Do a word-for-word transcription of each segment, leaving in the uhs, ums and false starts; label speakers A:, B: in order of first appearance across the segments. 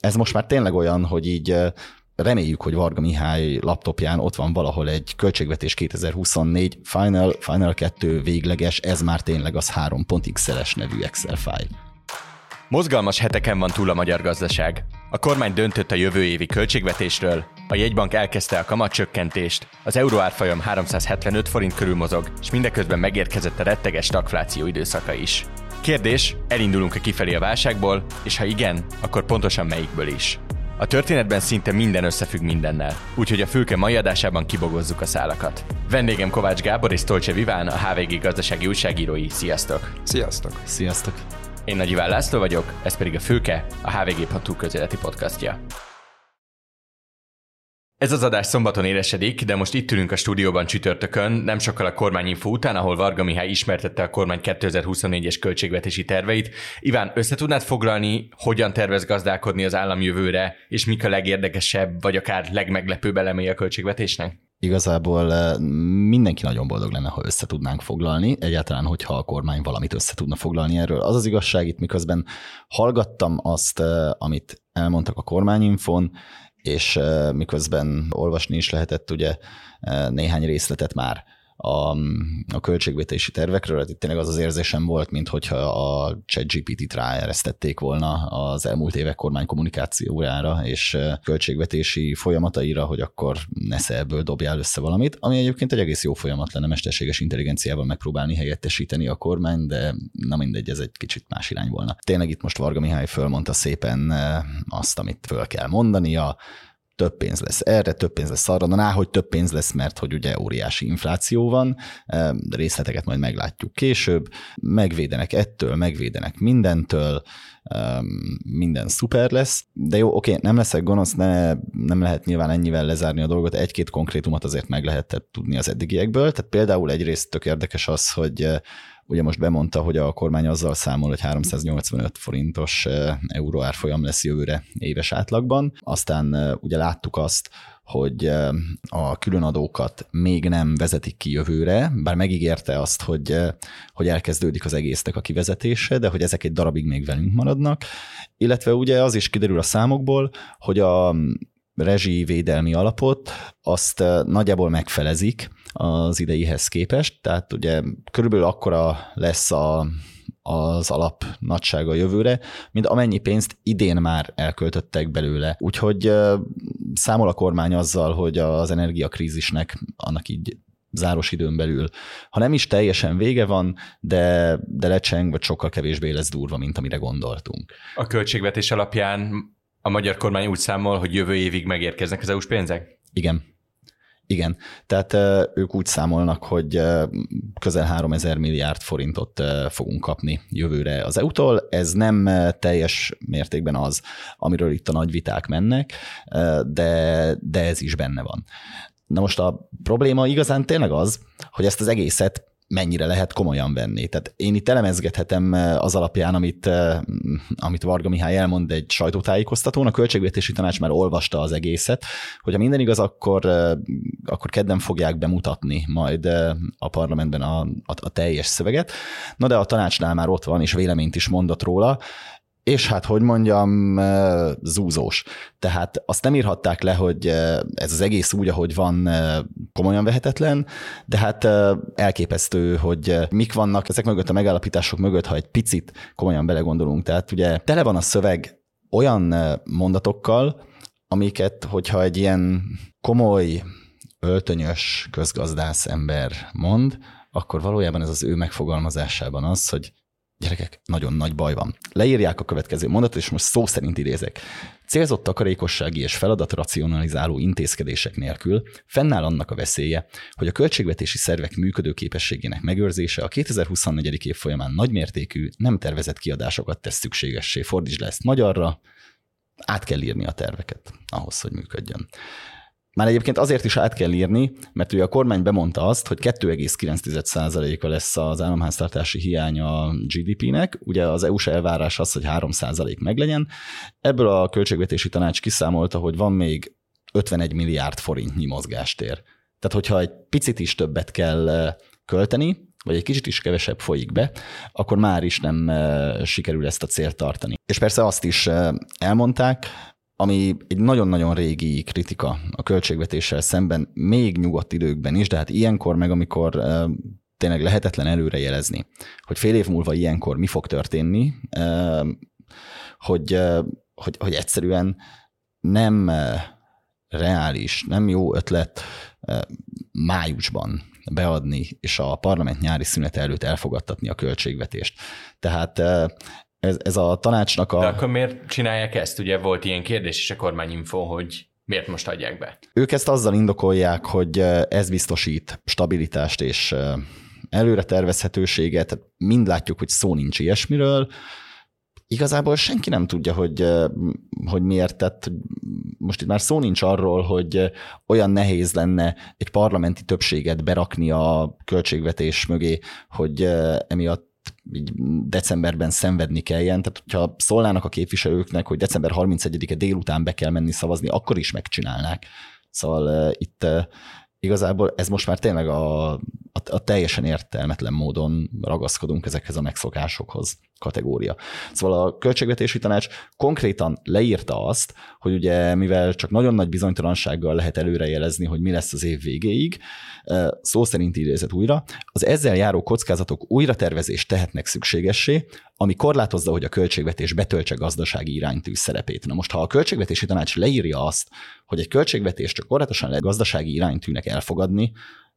A: ez most már tényleg olyan, hogy így reméljük, hogy Varga Mihály laptopján ott van valahol egy költségvetés kétezer-huszonnégy Final, Final kettő végleges, ez már tényleg az három pont x el es nevű Excel fájl.
B: Mozgalmas heteken van túl a magyar gazdaság. A kormány döntött a jövő évi költségvetésről, a jegybank elkezdte a kamatcsökkentést, az euró árfolyam háromszázhetvenöt forint körül mozog, és mindeközben megérkezett a retteges stagfláció időszaka is. Kérdés, elindulunk-e kifelé a válságból, és ha igen, akkor pontosan melyikből is? A történetben szinte minden összefügg mindennel, úgyhogy a Fülke mai adásában kibogozzuk a szálakat. Vendégem Kovács Gábor és Stolcsev Iván, a há vé gé gazdasági újságírói. Sziasztok!
C: Sziasztok!
A: Sziasztok!
B: Én Nagy Iván László vagyok, ez pedig a Fülke, a há vé gé pont hú közéleti podcastja. Ez az adás szombaton éresedik, de most itt ülünk a stúdióban csütörtökön, nem sokkal a kormányinfo után, ahol Varga Mihály ismertette a kormány kétezer-huszonnégyes költségvetési terveit. Iván, össze tudnád foglalni, hogyan tervez gazdálkodni az állam jövőre, és mik a legérdekesebb, vagy akár legmeglepőbb elemei a költségvetésnek?
A: Igazából mindenki nagyon boldog lenne, ha össze tudnánk foglalni, egyáltalán, hogyha a kormány valamit össze tudna foglalni erről. Az az igazság, itt miközben hallgattam azt, amit elmondtak a kormányinfón, és miközben olvasni is lehetett ugye néhány részletet már a, a költségvetési tervekről, itt tényleg az az érzésem volt, minthogyha a ChatGPT-t ráeresztették volna az elmúlt évek kormány kommunikációjára és költségvetési folyamataira, hogy akkor nesze ebből dobjál össze valamit, ami egyébként egy egész jó folyamat lenne mesterséges intelligenciával megpróbálni helyettesíteni a kormány, de na mindegy, ez egy kicsit más irány volna. Tényleg itt most Varga Mihály fölmondta szépen azt, amit föl kell mondania, több pénz lesz erre, több pénz lesz arra, na hogy több pénz lesz, mert hogy ugye óriási infláció van, részleteket majd meglátjuk később, megvédenek ettől, megvédenek mindentől, minden szuper lesz, de jó, oké, nem leszek gonosz, ne, nem lehet nyilván ennyivel lezárni a dolgot, egy-két konkrétumot azért meg lehetett tudni az eddigiekből, tehát például egyrészt tök érdekes az, hogy ugye most bemondta, hogy a kormány azzal számol, hogy háromszáznyolcvanöt forintos euró árfolyam lesz jövőre éves átlagban. Aztán ugye láttuk azt, hogy a különadókat még nem vezetik ki jövőre, bár megígérte azt, hogy, hogy elkezdődik az egésznek a kivezetése, de hogy ezek egy darabig még velünk maradnak. Illetve ugye az is kiderül a számokból, hogy a rezsivédelmi alapot azt nagyjából megfelezik az ideihez képest, tehát ugye körülbelül akkora lesz a, az alap nagysága jövőre, mint amennyi pénzt idén már elköltöttek belőle. Úgyhogy számol a kormány azzal, hogy az energiakrízisnek annak így záros időn belül, ha nem is teljesen vége van, de, de lecseng, vagy sokkal kevésbé lesz durva, mint amire gondoltunk.
B: A költségvetés alapján a magyar kormány úgy számol, hogy jövő évig megérkeznek az é u-s pénzek?
A: Igen. Igen, tehát ők úgy számolnak, hogy közel háromezer milliárd forintot fogunk kapni jövőre az é u-tól. Ez nem teljes mértékben az, amiről itt a nagy viták mennek, de, de ez is benne van. Na most a probléma igazán tényleg az, hogy ezt az egészet mennyire lehet komolyan venni. Tehát én itt elemezgethetem az alapján, amit, amit Varga Mihály elmond egy sajtótájékoztatón, a Költségvetési Tanács már olvasta az egészet, hogyha minden igaz, akkor, akkor kedden fogják bemutatni majd a parlamentben a, a, a teljes szöveget. Na de a tanácsnál már ott van, és véleményt is mondott róla, és hát, hogy mondjam, zúzós. Tehát azt nem írhatták le, hogy ez az egész úgy, ahogy van, komolyan vehetetlen, de hát elképesztő, hogy mik vannak ezek mögött, a megállapítások mögött, ha egy picit komolyan belegondolunk. Tehát ugye tele van a szöveg olyan mondatokkal, amiket, hogyha egy ilyen komoly, öltönyös közgazdász ember mond, akkor valójában ez az ő megfogalmazásában az, hogy gyerekek, nagyon nagy baj van. Leírják a következő mondatot, és most szó szerint idézek. Célzott takarékossági és feladatracionalizáló intézkedések nélkül fennáll annak a veszélye, hogy a költségvetési szervek működőképességének megőrzése a kétezer-huszonnégy év folyamán nagymértékű, nem tervezett kiadásokat tesz szükségessé. Fordítsd le ezt magyarra, át kell írni a terveket ahhoz, hogy működjön. Már egyébként azért is át kell írni, mert ugye a kormány bemondta azt, hogy kettő egész kilenc százaléka lesz az államháztartási hiány a gé dé pé-nek, ugye az é u-s elvárás az, hogy három százalék meglegyen. Ebből a Költségvetési Tanács kiszámolta, hogy van még ötvenegy milliárd forintnyi mozgástér. Tehát hogyha egy picit is többet kell költeni, vagy egy kicsit is kevesebb folyik be, akkor már is nem sikerül ezt a célt tartani. És persze azt is elmondták, ami egy nagyon-nagyon régi kritika a költségvetéssel szemben, még nyugodt időkben is, de hát ilyenkor meg, amikor tényleg lehetetlen előrejelezni, hogy fél év múlva ilyenkor mi fog történni, hogy, hogy, hogy egyszerűen nem reális, nem jó ötlet májusban beadni, és a parlament nyári szünete előtt elfogadtatni a költségvetést. Tehát ez, ez a tanácsnak a...
B: De akkor miért csinálják ezt? Ugye volt ilyen kérdés is a kormányinfón, hogy miért most adják be?
A: Ők ezt azzal indokolják, hogy ez biztosít stabilitást és előre tervezhetőséget. Mind látjuk, hogy szó nincs ilyesmiről. Igazából senki nem tudja, hogy, hogy miért. Tehát most itt már szó nincs arról, hogy olyan nehéz lenne egy parlamenti többséget berakni a költségvetés mögé, hogy emiatt így decemberben szenvedni kelljen. Tehát, hogyha szólnának a képviselőknek, hogy december harmincegyedike délután be kell menni szavazni, akkor is megcsinálnák. Szóval uh, itt uh, igazából ez most már tényleg a, a, a teljesen értelmetlen módon ragaszkodunk ezekhez a megszokásokhoz kategória. Szóval a költségvetési tanács konkrétan leírta azt, hogy ugye mivel csak nagyon nagy bizonytalansággal lehet előrejelezni, hogy mi lesz az év végéig, szó szerint idézet újra, az ezzel járó kockázatok újratervezést tehetnek szükségessé, ami korlátozza, hogy a költségvetés betöltse gazdasági iránytű szerepét. Na most, ha a költségvetési tanács leírja azt, hogy egy költségvetés csak korlátosan lehet gazdasági iránytűnek elfogadni,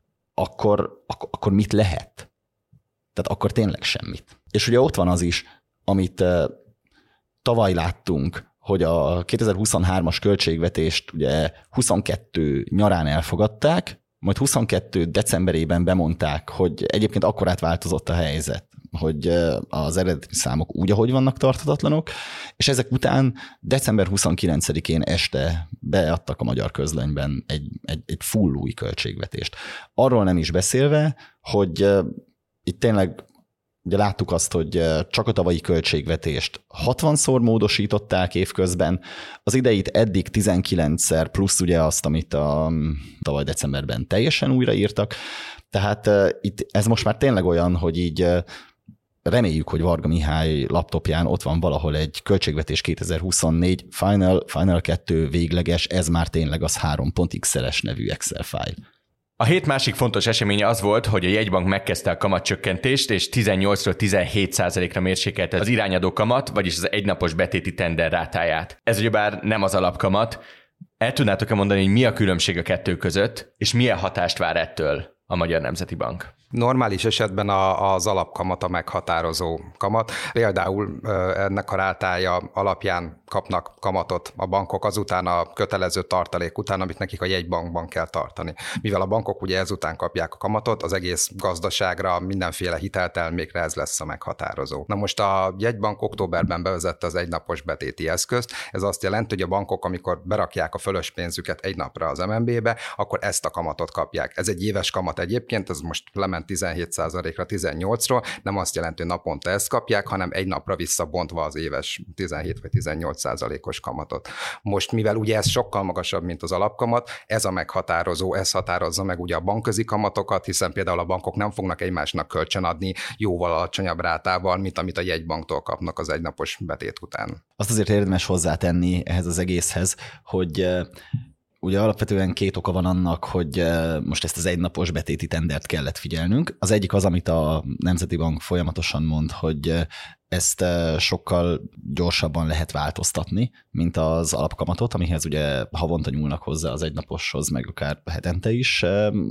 A: akkor, akkor, akkor mit lehet? Tehát akkor tényleg semmit. És ugye ott van az is, amit uh, tavaly láttunk, hogy a kétezer-huszonhármas költségvetést ugye huszonkettő nyarán elfogadták, majd huszonkettő decemberében bemondták, hogy egyébként akkorát változott a helyzet, hogy az eredeti számok úgy, ahogy vannak, tarthatatlanok, és ezek után december huszonkilencedikén este beadtak a Magyar Közlönyben egy, egy, egy full új költségvetést. Arról nem is beszélve, hogy itt tényleg ugye láttuk azt, hogy csak a tavalyi költségvetést hatvanszor módosították évközben, az ideit eddig tizenkilencszer, plusz ugye azt, amit a tavaly decemberben teljesen újraírtak. Tehát itt ez most már tényleg olyan, hogy így reméljük, hogy Varga Mihály laptopján ott van valahol egy költségvetés kétezer-huszonnégy, Final, Final kettő végleges, ez már tényleg az három pont x el es nevű Excel fájl.
B: A hét másik fontos eseménye az volt, hogy a jegybank megkezdte a kamatcsökkentést, és tizennyolcról tizenhét százalékra mérsékelte az irányadó kamat, vagyis az egynapos betéti tender rátáját. Ez ugyebár nem az alapkamat. El tudnátok-e mondani, hogy mi a különbség a kettő között, és milyen hatást vár ettől a Magyar Nemzeti Bank?
C: Normális esetben a, az alapkamat a meghatározó kamat. Például ennek a rátája alapján kapnak kamatot a bankok azután a kötelező tartalék után, amit nekik a jegybankban kell tartani. Mivel a bankok ugye ezután kapják a kamatot, az egész gazdaságra, mindenféle hiteltermékre ez lesz a meghatározó. Na most a jegybank októberben bevezette az egynapos betéti eszközt. Ez azt jelenti, hogy a bankok, amikor berakják a fölös pénzüket egy napra az em en bé-be, akkor ezt a kamatot kapják. Ez egy éves kamat egyébként, ez most lement tizenhét százalékra tizennyolcról, nem azt jelenti, hogy naponta ezt kapják, hanem egy napra visszabontva az éves tizenhét vagy tizennyolc százalékos kamatot. Most, mivel ugye ez sokkal magasabb, mint az alapkamat, ez a meghatározó, ez határozza meg ugye a bankközi kamatokat, hiszen például a bankok nem fognak egymásnak kölcsönadni jóval alacsonyabb rátával, mint amit a jegybanktól kapnak az egynapos betét után.
A: Azt azért érdemes hozzátenni ehhez az egészhez, hogy ugye alapvetően két oka van annak, hogy most ezt az egynapos betéti tendert kellett figyelnünk. Az egyik az, amit a Nemzeti Bank folyamatosan mond, hogy ezt sokkal gyorsabban lehet változtatni, mint az alapkamatot, amihez ugye havonta nyúlnak hozzá az egynaposhoz, meg akár hetente is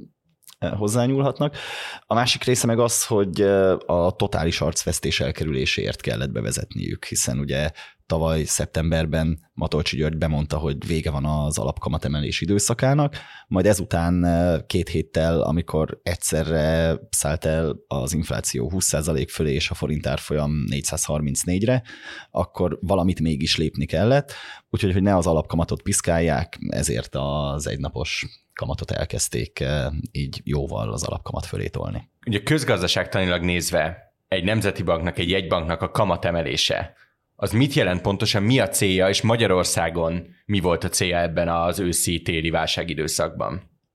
A: hozzányúlhatnak. A másik része meg az, hogy a totális arcvesztés elkerüléséért kellett bevezetniük, hiszen ugye tavaly szeptemberben Matolcsy György bemondta, hogy vége van az alapkamatemelés időszakának, majd ezután két héttel, amikor egyszerre szállt el az infláció húsz százalék fölé és a forint árfolyam négyszázharmincnégyre, akkor valamit mégis lépni kellett, úgyhogy hogy ne az alapkamatot piszkálják, ezért az egynapos kamatot elkezdték így jóval az alapkamat fölé tolni.
B: Ugye közgazdaságtanilag nézve egy nemzeti banknak, egy jegybanknak a kamatemelése, az mit jelent pontosan, mi a célja, és Magyarországon mi volt a célja ebben az őszi-téli válságidőszakban?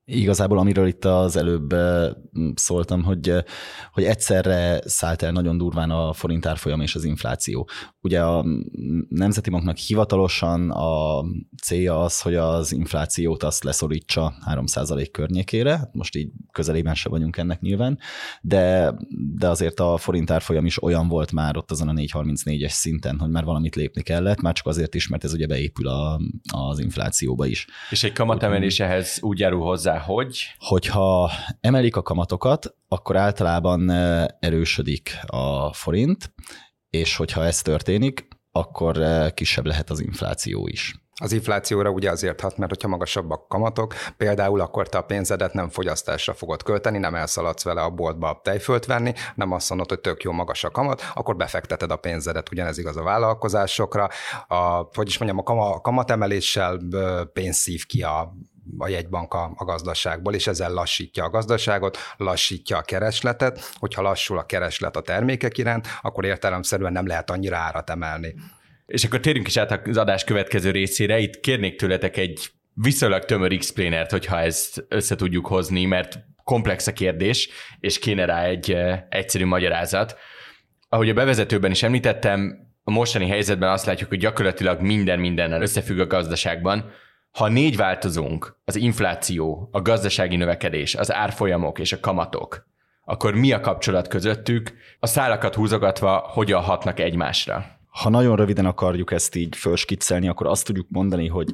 A: Igazából amiről itt az előbb szóltam, hogy, hogy egyszerre szállt el nagyon durván a forint árfolyam és az infláció. Ugye a Nemzeti Banknak hivatalosan a célja az, hogy az inflációt azt leszorítsa három százalék környékére, most így közelében se vagyunk ennek nyilván, de, de azért a forint árfolyam is olyan volt már ott azon a négy harmincnégyes szinten, hogy már valamit lépni kellett, már csak azért is, mert ez ugye beépül a, az inflációba is.
B: És egy kamatemelés ehhez úgy járul hozzá, hogy?
A: Hogyha emelik a kamatokat, akkor általában erősödik a forint, és hogyha ez történik, akkor kisebb lehet az infláció is.
C: Az inflációra ugye azért hat, mert hogyha magasabbak a kamatok, például akkor te a pénzedet nem fogyasztásra fogod költeni, nem elszaladsz vele a boltba tejfölt venni, nem azt mondod, hogy tök jó magas a kamat, akkor befekteted a pénzedet, ugyanez igaz a vállalkozásokra. A, hogy is mondjam, a kamatemeléssel pénzt szív ki a a jegybank a, a gazdaságból, és ezzel lassítja a gazdaságot, lassítja a keresletet. Hogyha lassul a kereslet a termékek iránt, akkor értelemszerűen nem lehet annyira árat emelni.
B: És akkor térjünk is át az adás következő részére. Itt kérnék tőletek egy viszonylag tömör explainert, hogyha ezt össze tudjuk hozni, mert komplex a kérdés, és kéne rá egy egyszerű magyarázat. Ahogy a bevezetőben is említettem, a mostani helyzetben azt látjuk, hogy gyakorlatilag minden mindennel összefügg a gazdaságban. Ha négy változónk, az infláció, a gazdasági növekedés, az árfolyamok és a kamatok, akkor mi a kapcsolat közöttük, a szálakat húzogatva hogyan hatnak egymásra?
A: Ha nagyon röviden akarjuk ezt így fölskiccelni, akkor azt tudjuk mondani, hogy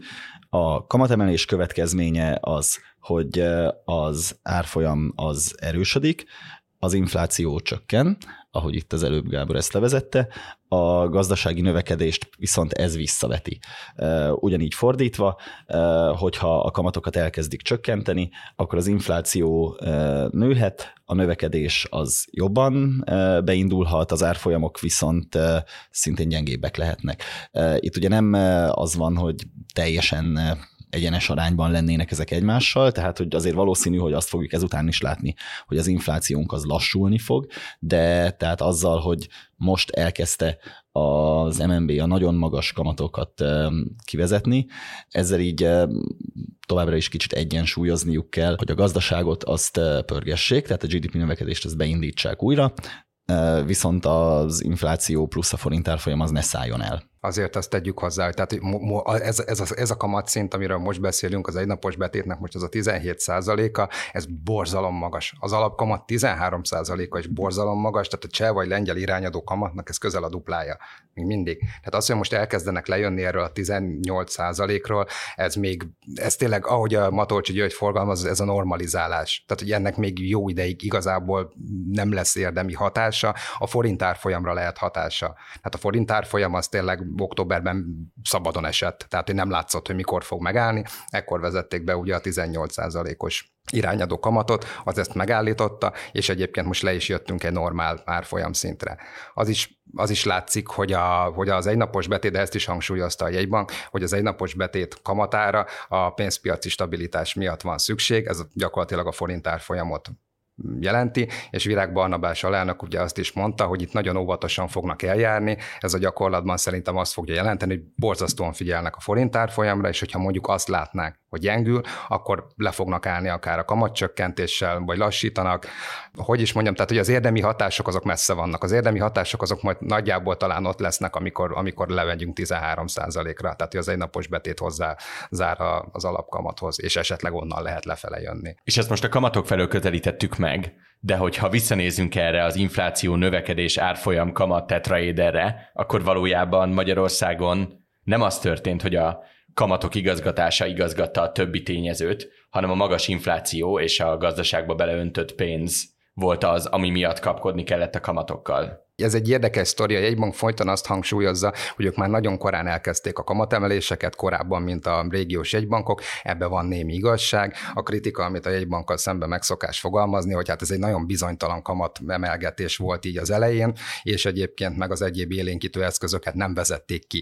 A: a kamatemelés következménye az, hogy az árfolyam az erősödik, az infláció csökken, ahogy itt az előbb Gábor ezt levezette, a gazdasági növekedést viszont ez visszaveti. Ugyanígy fordítva, hogyha a kamatokat elkezdik csökkenteni, akkor az infláció nőhet, a növekedés az jobban beindulhat, az árfolyamok viszont szintén gyengébbek lehetnek. Itt ugye nem az van, hogy teljesen egyenes arányban lennének ezek egymással, tehát hogy azért valószínű, hogy azt fogjuk ezután is látni, hogy az inflációnk az lassulni fog, de tehát azzal, hogy most elkezdte az em en bé a nagyon magas kamatokat kivezetni, ezzel így továbbra is kicsit egyensúlyozniuk kell, hogy a gazdaságot azt pörgessék, tehát a gé dé pé növekedést azt beindítsák újra, viszont az infláció plusz a forint árfolyam az ne szálljon el.
C: Azért azt tegyük hozzá, hogy tehát ez, ez, a, ez a kamatszint, amiről most beszélünk, az egynapos betétnek most az a tizenhét százaléka, ez borzalom magas. Az alapkamat tizenhárom százaléka is borzalom magas, tehát a cseh vagy lengyel irányadó kamatnak ez közel a duplája. Még mindig. Tehát az, hogy most elkezdenek lejönni erről a tizennyolc százalékról, ez még, ez tényleg, ahogy a Matolcsy György forgalmaz, ez a normalizálás. Tehát, hogy ennek még jó ideig igazából nem lesz érdemi hatása, a forint árfolyamra lehet hatása. Tehát a forint árfolyam az tényleg októberben szabadon esett, tehát hogy nem látszott, hogy mikor fog megállni, ekkor vezették be ugye a tizennyolc százalékos irányadó kamatot, az ezt megállította, és egyébként most le is jöttünk egy normál árfolyam szintre. Az is, az is látszik, hogy, a, hogy az egynapos betét, de ezt is hangsúlyozta a jegybank, hogy az egynapos betét kamatára a pénzpiaci stabilitás miatt van szükség, ez gyakorlatilag a forint árfolyamot jelenti, és Virág Barnabás alelnök ugye azt is mondta, hogy itt nagyon óvatosan fognak eljárni, ez a gyakorlatban szerintem azt fogja jelenteni, hogy borzasztóan figyelnek a forint árfolyamra, és hogyha mondjuk azt látnák, hogy gyengül, akkor le fognak állni akár a kamatcsökkentéssel, vagy lassítanak. Hogy is mondjam, tehát hogy az érdemi hatások azok messze vannak. Az érdemi hatások azok majd nagyjából talán ott lesznek, amikor, amikor levegyünk tizenhárom százalékra, tehát hogy az egynapos betét hozzá zár az alapkamathoz, és esetleg onnan lehet lefele jönni.
B: És ezt most a kamatok felől közelítettük meg, de hogyha visszanézünk erre az infláció, növekedés, árfolyam, kamat tetraéderre, akkor valójában Magyarországon nem az történt, hogy a kamatok igazgatása igazgatta a többi tényezőt, hanem a magas infláció és a gazdaságba beleöntött pénz volt az, ami miatt kapkodni kellett a kamatokkal.
C: Ez egy érdekes sztori, a jegybank folyton azt hangsúlyozza, hogy ők már nagyon korán elkezdték a kamatemeléseket, korábban, mint a régiós jegybankok, ebbe van némi igazság. A kritika, amit a jegybankkal szemben megszokás fogalmazni, hogy hát ez egy nagyon bizonytalan kamatemelgetés volt így az elején, és egyébként meg az egyéb élénkítő eszközöket nem vezették ki.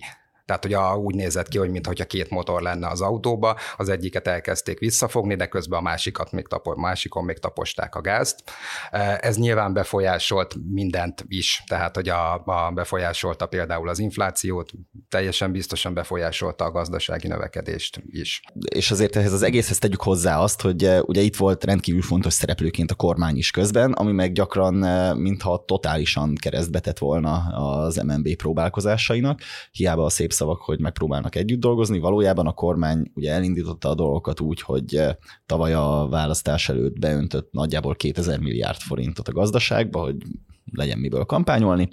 C: Tehát, hogy a, úgy nézett ki, hogy mintha két motor lenne az autóba, az egyiket elkezdték visszafogni, de közben a másikat még tapo, másikon még taposták a gázt. Ez nyilván befolyásolt mindent is, tehát, hogy a, a befolyásolta például az inflációt, teljesen biztosan befolyásolta a gazdasági növekedést is.
A: És azért ehhez az egészhez tegyük hozzá azt, hogy ugye itt volt rendkívül fontos szereplőként a kormány is közben, ami meg gyakran mintha totálisan keresztbe tett volna az em en bé próbálkozásainak. Hiába a szép szavak, hogy megpróbálnak együtt dolgozni, valójában a kormány ugye elindította a dolgokat úgy, hogy tavaly a választás előtt beöntött nagyjából kétezer milliárd forintot a gazdaságba, hogy legyen miből kampányolni,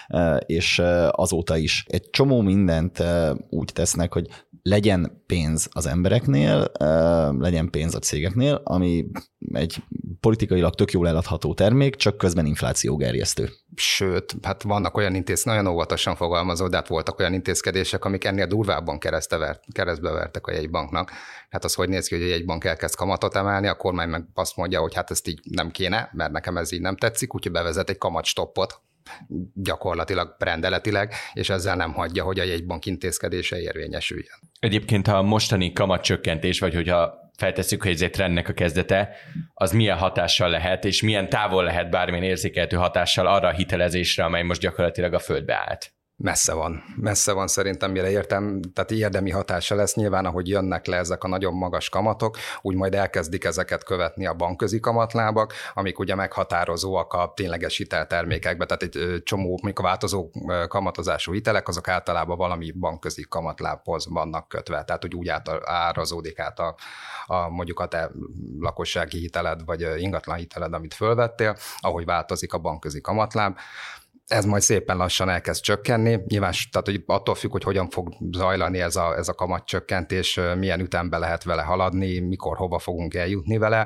A: és azóta is egy csomó mindent úgy tesznek, hogy legyen pénz az embereknél, legyen pénz a cégeknél, ami egy politikailag tök jól eladható termék, csak közben inflációgerjesztő.
C: Sőt, hát vannak olyan intézkedések, nagyon óvatosan fogalmazó, de hát voltak olyan intézkedések, amik ennél durvábban keresztbe vertek a jegybanknak. Hát az hogy néz ki, hogy a jegybank elkezd kamatot emelni, a kormány meg azt mondja, hogy hát ezt így nem kéne, mert nekem ez így nem tetszik, úgyhogy bevezet egy kamatstoppot, gyakorlatilag rendeletileg, és ezzel nem hagyja, hogy a jegybank intézkedése érvényesüljön.
B: Egyébként a mostani kamatcsökkentés, vagy hogyha feltesszük, hogy ez egy trendnek a kezdete, az milyen hatással lehet, és milyen távol lehet bármilyen érzékelhető hatással arra a hitelezésre, amely most gyakorlatilag a földbe állt?
C: Messze van. Messze van szerintem, mire értem, tehát érdemi hatása lesz. Nyilván, ahogy jönnek le ezek a nagyon magas kamatok, úgy majd elkezdik ezeket követni a bankközi kamatlábak, amik ugye meghatározóak a tényleges hiteltermékekbe, tehát egy csomó, mikor változó kamatozású hitelek, azok általában valami bankközi kamatlábhoz vannak kötve, tehát hogy úgy árazódik át a, a mondjuk a te lakossági hiteled, vagy ingatlan hiteled, amit fölvettél, ahogy változik a bankközi kamatláb. Ez majd szépen lassan elkezd csökkenni. Nyilván tehát, hogy attól függ, hogy hogyan fog zajlani ez a, ez a kamatcsökkentés, milyen ütembe lehet vele haladni, mikor, hova fogunk eljutni vele.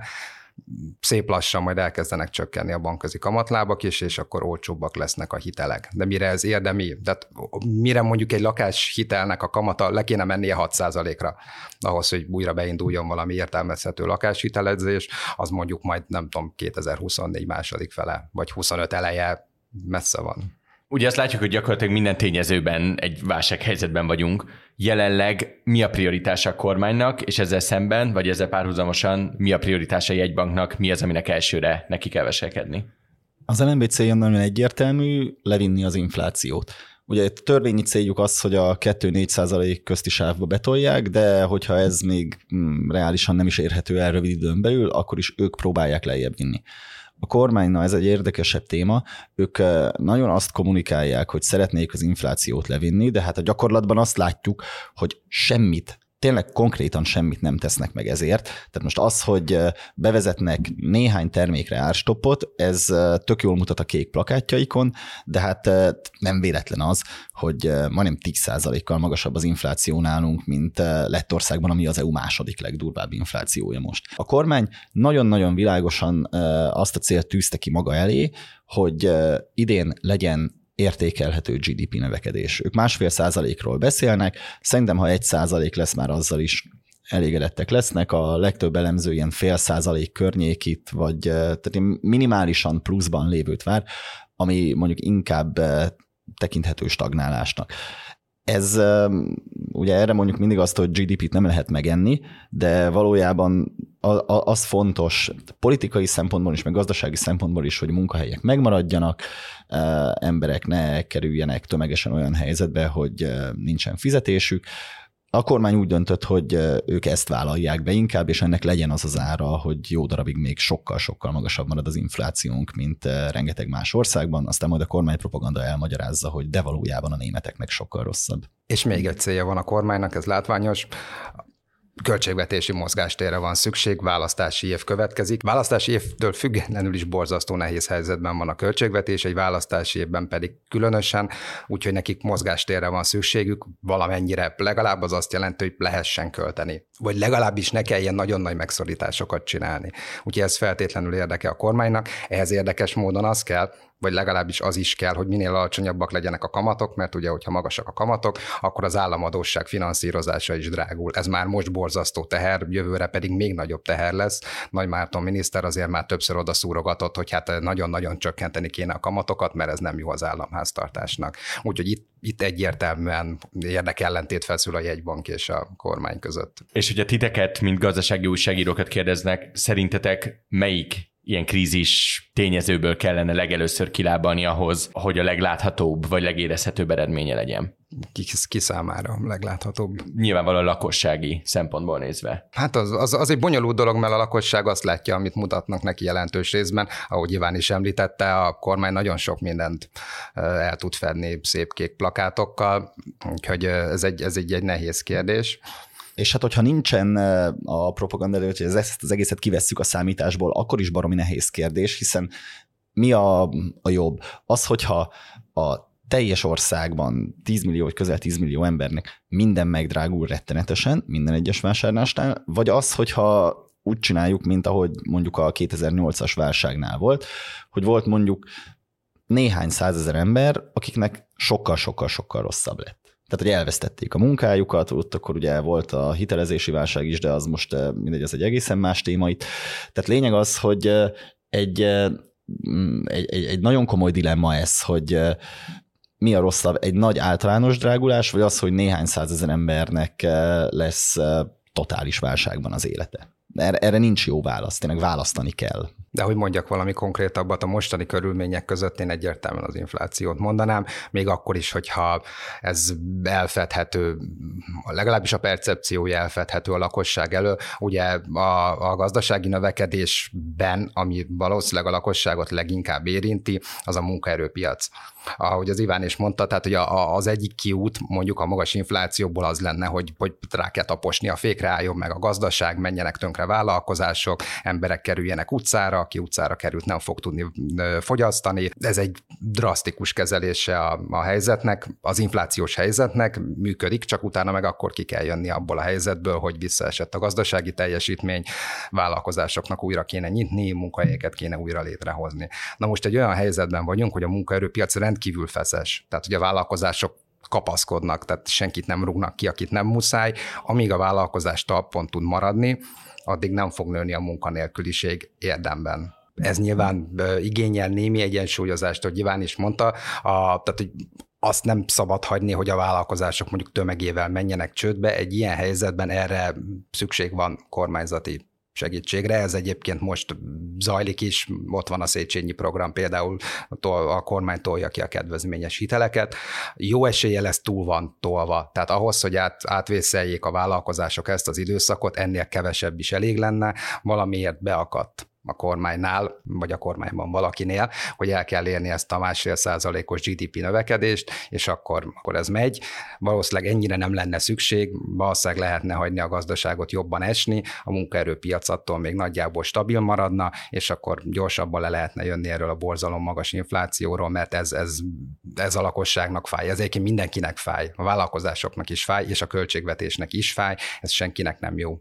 C: Szép lassan majd elkezdenek csökkenni a bankközi kamatlábak is, és akkor olcsóbbak lesznek a hitelek. De mire ez érdemi, tehát mire mondjuk egy lakáshitelnek a kamata le kéne mennie hat százalékra, ahhoz, hogy újra beinduljon valami értelmezhető lakáshitelezés, az mondjuk majd nem tudom, kétezer-huszonnégy második fele, vagy huszonöt eleje, messze van.
B: Ugye azt látjuk, hogy gyakorlatilag minden tényezőben egy válsághelyzetben vagyunk. Jelenleg mi a prioritása a kormánynak, és ezzel szemben, vagy ezzel párhuzamosan mi a prioritása a jegybanknak, mi az, aminek elsőre neki kell veselkedni?
A: Az em en bé célja nagyon egyértelmű, levinni az inflációt. Ugye a törvényi céljuk az, hogy a kettő-négy százalék közti sávba betolják, de hogyha ez még mm, reálisan nem is érhető el rövid időn belül, akkor is ők próbálják lejjebb vinni. A kormánynál ez egy érdekesebb téma, ők nagyon azt kommunikálják, hogy szeretnék az inflációt levinni, de hát a gyakorlatban azt látjuk, hogy semmit, tényleg konkrétan semmit nem tesznek meg ezért. Tehát most az, hogy bevezetnek néhány termékre árstoppot, ez tök jól mutat a kék plakátjaikon, de hát nem véletlen az, hogy majdnem tíz százalékkal magasabb az infláció nálunk, mint Lettországban, ami az é u második legdurvább inflációja most. A kormány nagyon-nagyon világosan azt a célt tűzte ki maga elé, hogy idén legyen értékelhető gé dé pé növekedés. Ők másfél százalékról beszélnek, szerintem, ha egy százalék lesz, már azzal is elégedettek lesznek, a legtöbb elemző ilyen fél százalék környékit, vagy tehát minimálisan pluszban lévőt vár, ami mondjuk inkább tekinthető stagnálásnak. Ez ugye erre mondjuk mindig azt, hogy gé dé pét nem lehet megenni, de valójában az fontos politikai szempontból is, meg gazdasági szempontból is, hogy munkahelyek megmaradjanak, emberek ne kerüljenek tömegesen olyan helyzetbe, hogy nincsen fizetésük. A kormány úgy döntött, hogy ők ezt vállalják be inkább, és ennek legyen az az ára, hogy jó darabig még sokkal-sokkal magasabb marad az inflációnk, mint rengeteg más országban, aztán majd a kormánypropaganda elmagyarázza, hogy de valójában a németeknek sokkal rosszabb.
C: És még egy célja van a kormánynak, ez látványos, költségvetési mozgástérre van szükség, választási év következik. Választási évtől függetlenül is borzasztó nehéz helyzetben van a költségvetés, egy választási évben pedig különösen, úgyhogy nekik mozgástérre van szükségük, valamennyire legalább az azt jelenti, hogy lehessen költeni, vagy legalábbis ne kelljen nagyon nagy megszorításokat csinálni. Úgyhogy ez feltétlenül érdeke a kormánynak, ehhez érdekes módon az kell, vagy legalábbis az is kell, hogy minél alacsonyabbak legyenek a kamatok, mert ugye, hogyha magasak a kamatok, akkor az államadósság finanszírozása is drágul. Ez már most borzasztó teher, jövőre pedig még nagyobb teher lesz. Nagy Márton miniszter azért már többször oda szúrogatott, hogy hát nagyon-nagyon csökkenteni kéne a kamatokat, mert ez nem jó az államháztartásnak. Úgyhogy itt, itt egyértelműen érdekellentét feszül a jegybank és a kormány között.
B: És ugye titeket, mint gazdasági újságírókat kérdeznek, szerintetek melyik ilyen krízis tényezőből kellene legelőször kilábalni ahhoz, hogy a legláthatóbb vagy legérezhetőbb eredménye legyen?
C: Ki, ki számára legláthatóbb?
B: Nyilvánvalóan lakossági szempontból nézve.
C: Hát az, az, az egy bonyolult dolog, mert a lakosság azt látja, amit mutatnak neki jelentős részben. Ahogy Iván is említette, a kormány nagyon sok mindent el tud fedni szép kék plakátokkal, úgyhogy ez egy, ez egy, egy nehéz kérdés.
A: És hát, hogyha nincsen a propaganda előtt, hogy ezt az egészet kivesszük a számításból, akkor is baromi nehéz kérdés, hiszen mi a, a jobb? Az, hogyha a teljes országban tíz millió vagy közel tíz millió embernek minden megdrágul rettenetesen, minden egyes vásárlásnál, vagy az, hogyha úgy csináljuk, mint ahogy mondjuk a kétezer-nyolcas válságnál volt, hogy volt mondjuk néhány százezer ember, akiknek sokkal-sokkal-sokkal rosszabb lett. Tehát, hogy elvesztették a munkájukat, ott akkor ugye volt a hitelezési válság is, de az most mindegy, az egy egészen más téma itt. Tehát lényeg az, hogy egy, egy, egy, egy nagyon komoly dilemma ez, hogy mi a rosszabb, egy nagy általános drágulás, vagy az, hogy néhány százezer embernek lesz totális válságban az élete. Erre, erre nincs jó válasz, tényleg választani kell.
C: De hogy mondjak valami konkrétabbat, a mostani körülmények között én egyértelműen az inflációt mondanám, még akkor is, hogyha ez elfedhető, legalábbis a percepciója elfedhető a lakosság elől. Ugye a, a gazdasági növekedésben, ami valószínűleg a lakosságot leginkább érinti, az a munkaerőpiac. Ahogy az Iván is mondta, tehát hogy a, az egyik kiút mondjuk a magas inflációból az lenne, hogy, hogy rá kell taposni a fékre, álljon meg a gazdaság, menjenek tönkre vállalkozások, emberek kerüljenek utcára, aki utcára került, nem fog tudni fogyasztani. Ez egy drasztikus kezelése a, a helyzetnek, az inflációs helyzetnek működik, csak utána meg akkor ki kell jönni abból a helyzetből, hogy visszaesett a gazdasági teljesítmény, vállalkozásoknak újra kéne nyitni, munkahelyeket kéne újra létrehozni. Na most egy olyan helyzetben vagyunk, hogy a munkaerőpiac rendkívül feszes, tehát hogy a vállalkozások kapaszkodnak, tehát senkit nem rúgnak ki, akit nem muszáj. Amíg a vállalkozás talpon tud maradni, addig nem fog nőni a munkanélküliség érdemben. Ez nyilván igényel némi egyensúlyozást, hogy Iván is mondta, a, tehát hogy azt nem szabad hagyni, hogy a vállalkozások mondjuk tömegével menjenek csődbe. Egy ilyen helyzetben erre szükség van kormányzati segítségre. Ez egyébként most zajlik is, ott van a Széchenyi program például, a kormány tolja ki a kedvezményes hiteleket. Jó eséllyel ez túl van tolva, tehát ahhoz, hogy át, átvészeljék a vállalkozások ezt az időszakot, ennél kevesebb is elég lenne, valamiért beakadt a kormánynál, vagy a kormányban valakinél, hogy el kell érni ezt a másfél százalékos gé dé pé növekedést, és akkor, akkor ez megy. Valószínűleg ennyire nem lenne szükség, valószínűleg lehetne hagyni a gazdaságot jobban esni, a munkaerőpiac attól még nagyjából stabil maradna, és akkor gyorsabban le lehetne jönni erről a borzalom magas inflációról, mert ez, ez, ez a lakosságnak fáj. Ez egyébként mindenkinek fáj, a vállalkozásoknak is fáj, és a költségvetésnek is fáj, ez senkinek nem jó.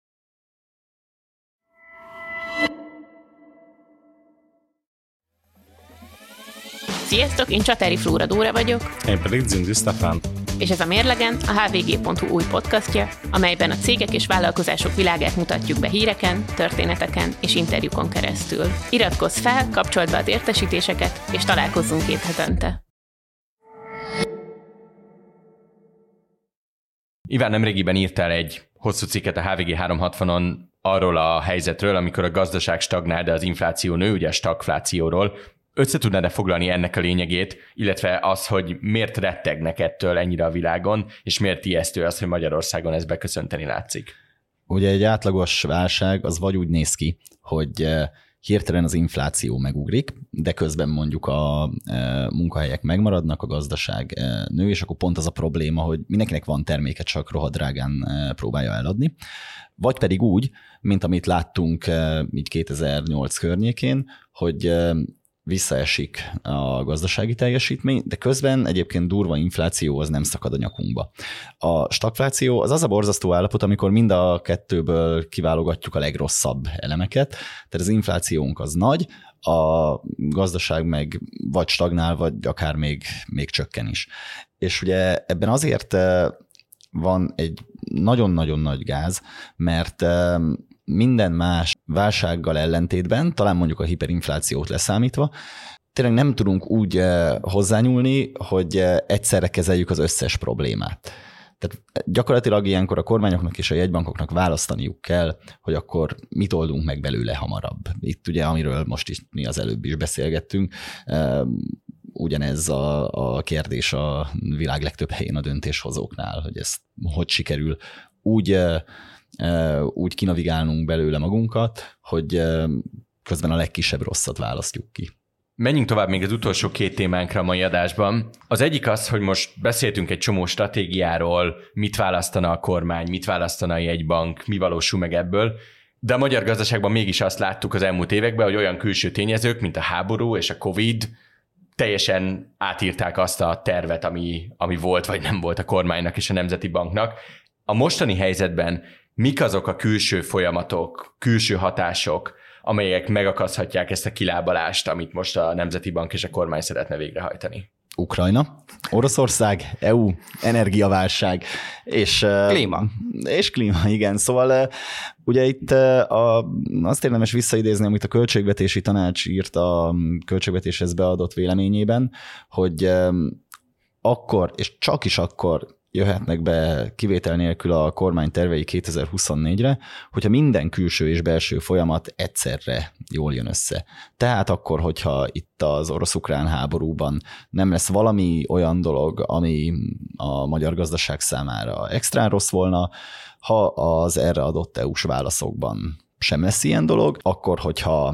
D: Sziasztok, én Csatári Flóra Dóra vagyok.
E: Én pedig Zündű Stefán.
D: És ez a Mérlegen, a há vé gé pont hú új podcastja, amelyben a cégek és vállalkozások világát mutatjuk be híreken, történeteken és interjúkon keresztül. Iratkozz fel, kapcsold be az értesítéseket, és találkozzunk két hetente.
B: Iván nemrégiben írtál egy hosszú cikket a há vé gé háromszázhatvanon arról a helyzetről, amikor a gazdaság stagnál, de az infláció nő, ugye a stagflációról. Össze tudnád-e foglalni ennek a lényegét, illetve az, hogy miért rettegnek ettől ennyire a világon, és miért ijesztő az, hogy Magyarországon ez beköszönteni látszik?
A: Ugye egy átlagos válság az vagy úgy néz ki, hogy hirtelen az infláció megugrik, de közben mondjuk a munkahelyek megmaradnak, a gazdaság nő, és akkor pont az a probléma, hogy mindenkinek van terméke, csak rohadrágán próbálja eladni. Vagy pedig úgy, mint amit láttunk így kétezer-nyolc környékén, hogy visszaesik a gazdasági teljesítmény, de közben egyébként durva infláció az nem szakad a nyakunkba. A stagfláció az az a borzasztó állapot, amikor mind a kettőből kiválogatjuk a legrosszabb elemeket, tehát az inflációnk az nagy, a gazdaság meg vagy stagnál, vagy akár még, még csökken is. És ugye ebben azért van egy nagyon-nagyon nagy gáz, mert minden más válsággal ellentétben, talán mondjuk a hiperinflációt leszámítva, tényleg nem tudunk úgy hozzányúlni, hogy egyszerre kezeljük az összes problémát. Tehát gyakorlatilag ilyenkor a kormányoknak és a jegybankoknak választaniuk kell, hogy akkor mit oldunk meg belőle hamarabb. Itt ugye, amiről most is mi az előbb is beszélgettünk, ugyanez a, a kérdés a világ legtöbb helyén a döntéshozóknál, hogy ezt hogy sikerül úgy, úgy kinavigálnunk belőle magunkat, hogy közben a legkisebb rosszat választjuk ki.
B: Menjünk tovább még az utolsó két témánkra a mai adásban. Az egyik az, hogy most beszéltünk egy csomó stratégiáról, mit választana a kormány, mit választana a jegybank, mi valósul meg ebből, de a magyar gazdaságban mégis azt láttuk az elmúlt években, hogy olyan külső tényezők, mint a háború és a Covid teljesen átírták azt a tervet, ami, ami volt vagy nem volt a kormánynak és a Nemzeti Banknak. A mostani helyzetben mik azok a külső folyamatok, külső hatások, amelyek megakaszthatják ezt a kilábalást, amit most a Nemzeti Bank és a kormány szeretne végrehajtani?
A: Ukrajna, Oroszország, é u, energiaválság, és
C: klíma.
A: És klíma, igen. Szóval ugye itt a, azt érdemes visszaidézni, amit a Költségvetési Tanács írt a költségvetéshez beadott véleményében, hogy akkor, és csak is akkor jöhetnek be kivétel nélkül a kormány tervei kétezer-huszonnégyre, hogyha minden külső és belső folyamat egyszerre jól jön össze. Tehát akkor, hogyha itt az orosz-ukrán háborúban nem lesz valami olyan dolog, ami a magyar gazdaság számára extrán rossz volna, ha az erre adott é u-s válaszokban sem lesz ilyen dolog, akkor, hogyha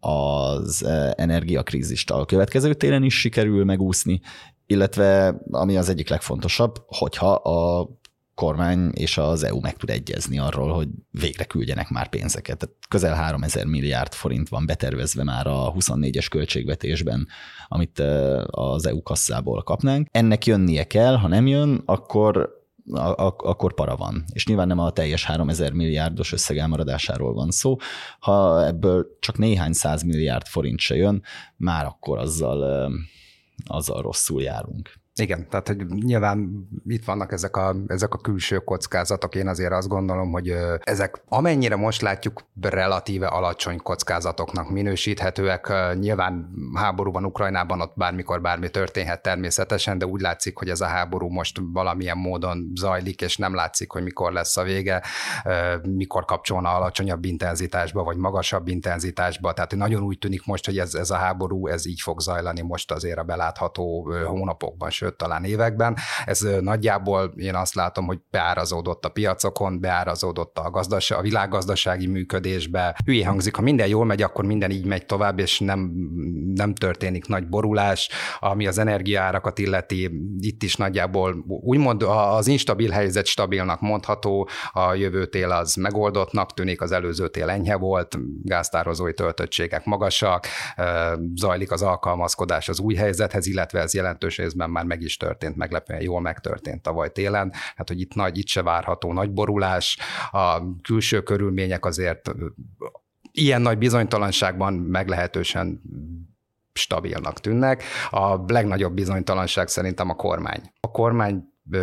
A: az energiakrízist a következő télen is sikerül megúszni, illetve ami az egyik legfontosabb, hogyha a kormány és az é u meg tud egyezni arról, hogy végre küldjenek már pénzeket. Tehát közel háromezer milliárd forint van betervezve már a huszonnégyes költségvetésben, amit az é u kasszából kapnánk. Ennek jönnie kell, ha nem jön, akkor, akkor para van. És nyilván nem a teljes háromezer milliárdos összeg elmaradásáról van szó. Ha ebből csak néhány száz milliárd forint se jön, már akkor azzal... azzal rosszul járunk.
C: Igen, tehát hogy nyilván itt vannak ezek a, ezek a külső kockázatok, én azért azt gondolom, hogy ezek amennyire most látjuk relatíve alacsony kockázatoknak minősíthetőek. Nyilván háború van Ukrajnában, ott bármikor bármi történhet természetesen, de úgy látszik, hogy ez a háború most valamilyen módon zajlik, és nem látszik, hogy mikor lesz a vége, mikor kapcsolna alacsonyabb intenzitásba, vagy magasabb intenzitásba. Tehát nagyon úgy tűnik most, hogy ez, ez a háború, ez így fog zajlani most azért a belátható hónapokban, sőt talán években. Ez nagyjából én azt látom, hogy beárazódott a piacokon, beárazódott a, gazdaság, a világgazdasági működésbe. Hülyé hangzik, ha minden jól megy, akkor minden így megy tovább, és nem, nem történik nagy borulás, ami az energiaárakat illeti. Itt is nagyjából úgymond az instabil helyzet stabilnak mondható, a jövő tél az megoldottnak tűnik, az előző tél enyhe volt, gáztározói töltöttségek magasak, zajlik az alkalmazkodás az új helyzethez, illetve ez jelentős részben már meg is történt, meglepően jól megtörtént tavaly télen, hát hogy itt nagy, itt se várható nagy borulás, a külső körülmények azért ilyen nagy bizonytalanságban meglehetősen stabilnak tűnnek. A legnagyobb bizonytalanság szerintem a kormány. A kormány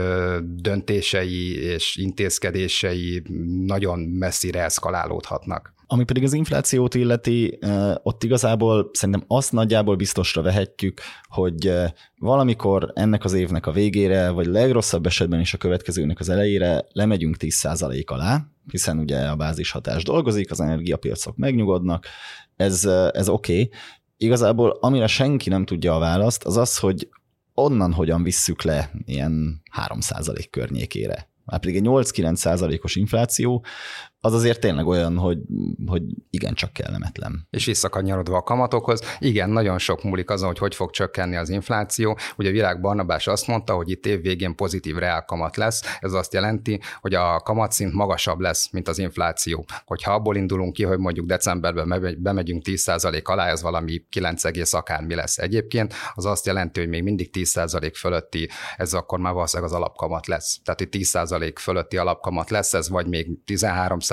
C: döntései és intézkedései nagyon messzire eszkalálódhatnak.
A: Ami pedig az inflációt illeti, ott igazából szerintem azt nagyjából biztosra vehetjük, hogy valamikor ennek az évnek a végére, vagy legrosszabb esetben is a következőnek az elejére lemegyünk tíz százalék alá, hiszen ugye a bázishatás dolgozik, az energiapiacok megnyugodnak, ez, ez oké. Okay. Igazából amire senki nem tudja a választ, az az, hogy onnan hogyan visszük le ilyen három százalék környékére. Már pedig egy nyolc-kilenc százalékos infláció, az azért tényleg olyan, hogy, hogy igencsak kellemetlen.
C: És visszakanyarodva a kamatokhoz, igen, nagyon sok múlik azon, hogy hogy fog csökkenni az infláció. Ugye Virág Barnabás azt mondta, hogy itt évvégén pozitív reálkamat lesz, ez azt jelenti, hogy a kamatszint magasabb lesz, mint az infláció. Hogyha abból indulunk ki, hogy mondjuk decemberben bemegyünk tíz százalék alá, ez valami kilenc egész akármi lesz egyébként, az azt jelenti, hogy még mindig tíz százalék fölötti, ez akkor már valószínűleg az alapkamat lesz. Tehát itt tíz százalék fölötti alapkamat lesz, ez vagy még tizenhárom százalék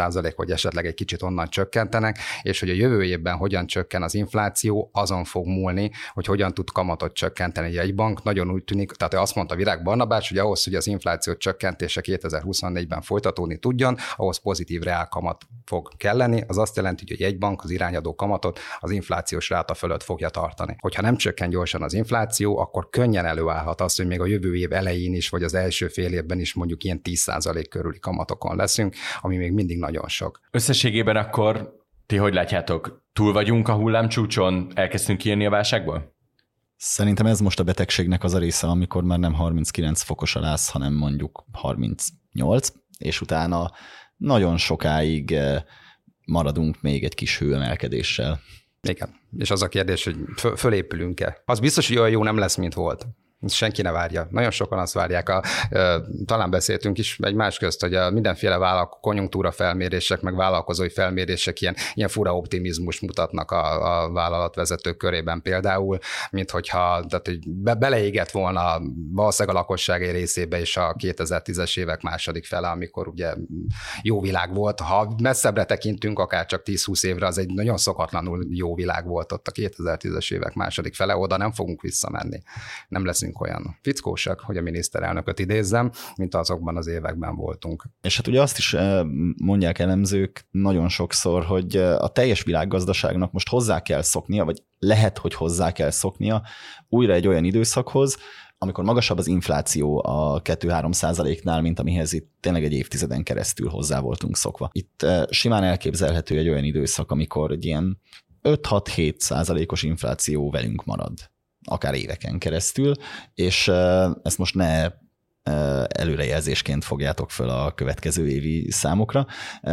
C: százalék, hogy esetleg egy kicsit onnan csökkentenek, és hogy a jövő évben hogyan csökken az infláció, azon fog múlni, hogy hogyan tud kamatot csökkenteni egy jegybank. Nagyon úgy tűnik, tehát azt mondta Virág Barnabás, hogy ahhoz, hogy az infláció csökkentése kétezer-huszonnégyben folytatódni tudjon, ahhoz pozitív reálkamat fog kelleni, az azt jelenti, hogy a jegybank az irányadó kamatot az inflációs ráta fölött fogja tartani. Hogyha nem csökken gyorsan az infláció, akkor könnyen előállhat az, hogy még a jövő év elején is, vagy az első fél évben is mondjuk ilyen tíz százalék körüli kamatokon leszünk, ami még mindig nagyon sok.
B: Összességében akkor ti hogy látjátok? Túl vagyunk a hullámcsúcson, elkezdtünk kijönni a válságból?
A: Szerintem ez most a betegségnek az a része, amikor már nem harminckilenc fokos a láz, hanem mondjuk harmincnyolc, és utána nagyon sokáig maradunk még egy kis hőemelkedéssel.
C: Igen, és az a kérdés, hogy fölépülünk-e. Az biztos, hogy olyan jó nem lesz, mint volt. Senki ne várja. Nagyon sokan azt várják. A, e, talán beszéltünk is egymás közt, hogy a mindenféle vállalko- konjunktúra felmérések, meg vállalkozói felmérések ilyen, ilyen fura optimizmus mutatnak a, a vállalatvezetők körében például, mint hogyha tehát, hogy be, beleégett volna valószínűleg a lakosság egy részébe is a kétezer-tízes évek második fele, amikor ugye jó világ volt. Ha messzebbre tekintünk, akár csak tíz-húsz évre, az egy nagyon szokatlanul jó világ volt ott a kétezer-tízes évek második fele, oda nem fogunk visszamenni. Nem leszünk olyan fickósak, hogy a miniszterelnököt idézzem, mint azokban az években voltunk.
A: És hát ugye azt is mondják elemzők nagyon sokszor, hogy a teljes világgazdaságnak most hozzá kell szoknia, vagy lehet, hogy hozzá kell szoknia újra egy olyan időszakhoz, amikor magasabb az infláció a kettő-három százaléknál, mint amihez itt tényleg egy évtizeden keresztül hozzá voltunk szokva. Itt simán elképzelhető egy olyan időszak, amikor egy ilyen öt-hat-hét százalékos infláció velünk marad, akár éveken keresztül, és ezt most ne előrejelzésként fogjátok föl a következő évi számokra,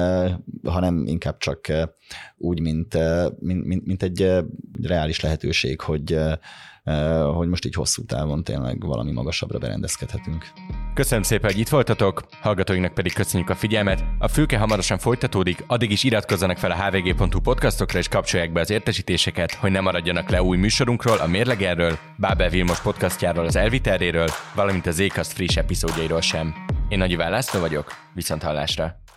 A: hanem inkább csak úgy, mint, mint, mint egy reális lehetőség, hogy, hogy most így hosszú távon tényleg valami magasabbra berendezkedhetünk.
B: Köszönöm szépen, hogy itt voltatok, hallgatóinknak pedig köszönjük a figyelmet. A Fülke hamarosan folytatódik, addig is iratkozzanak fel a há vé gé pont hú podcastokra és kapcsolják be az értesítéseket, hogy ne maradjanak le új műsorunkról, a Mérlegelről, Bábel Vilmos podcastjáról, az Elviterréről, valamint az Zcast friss epizódjairól sem. Én Nagy Iván László vagyok, viszont hallásra!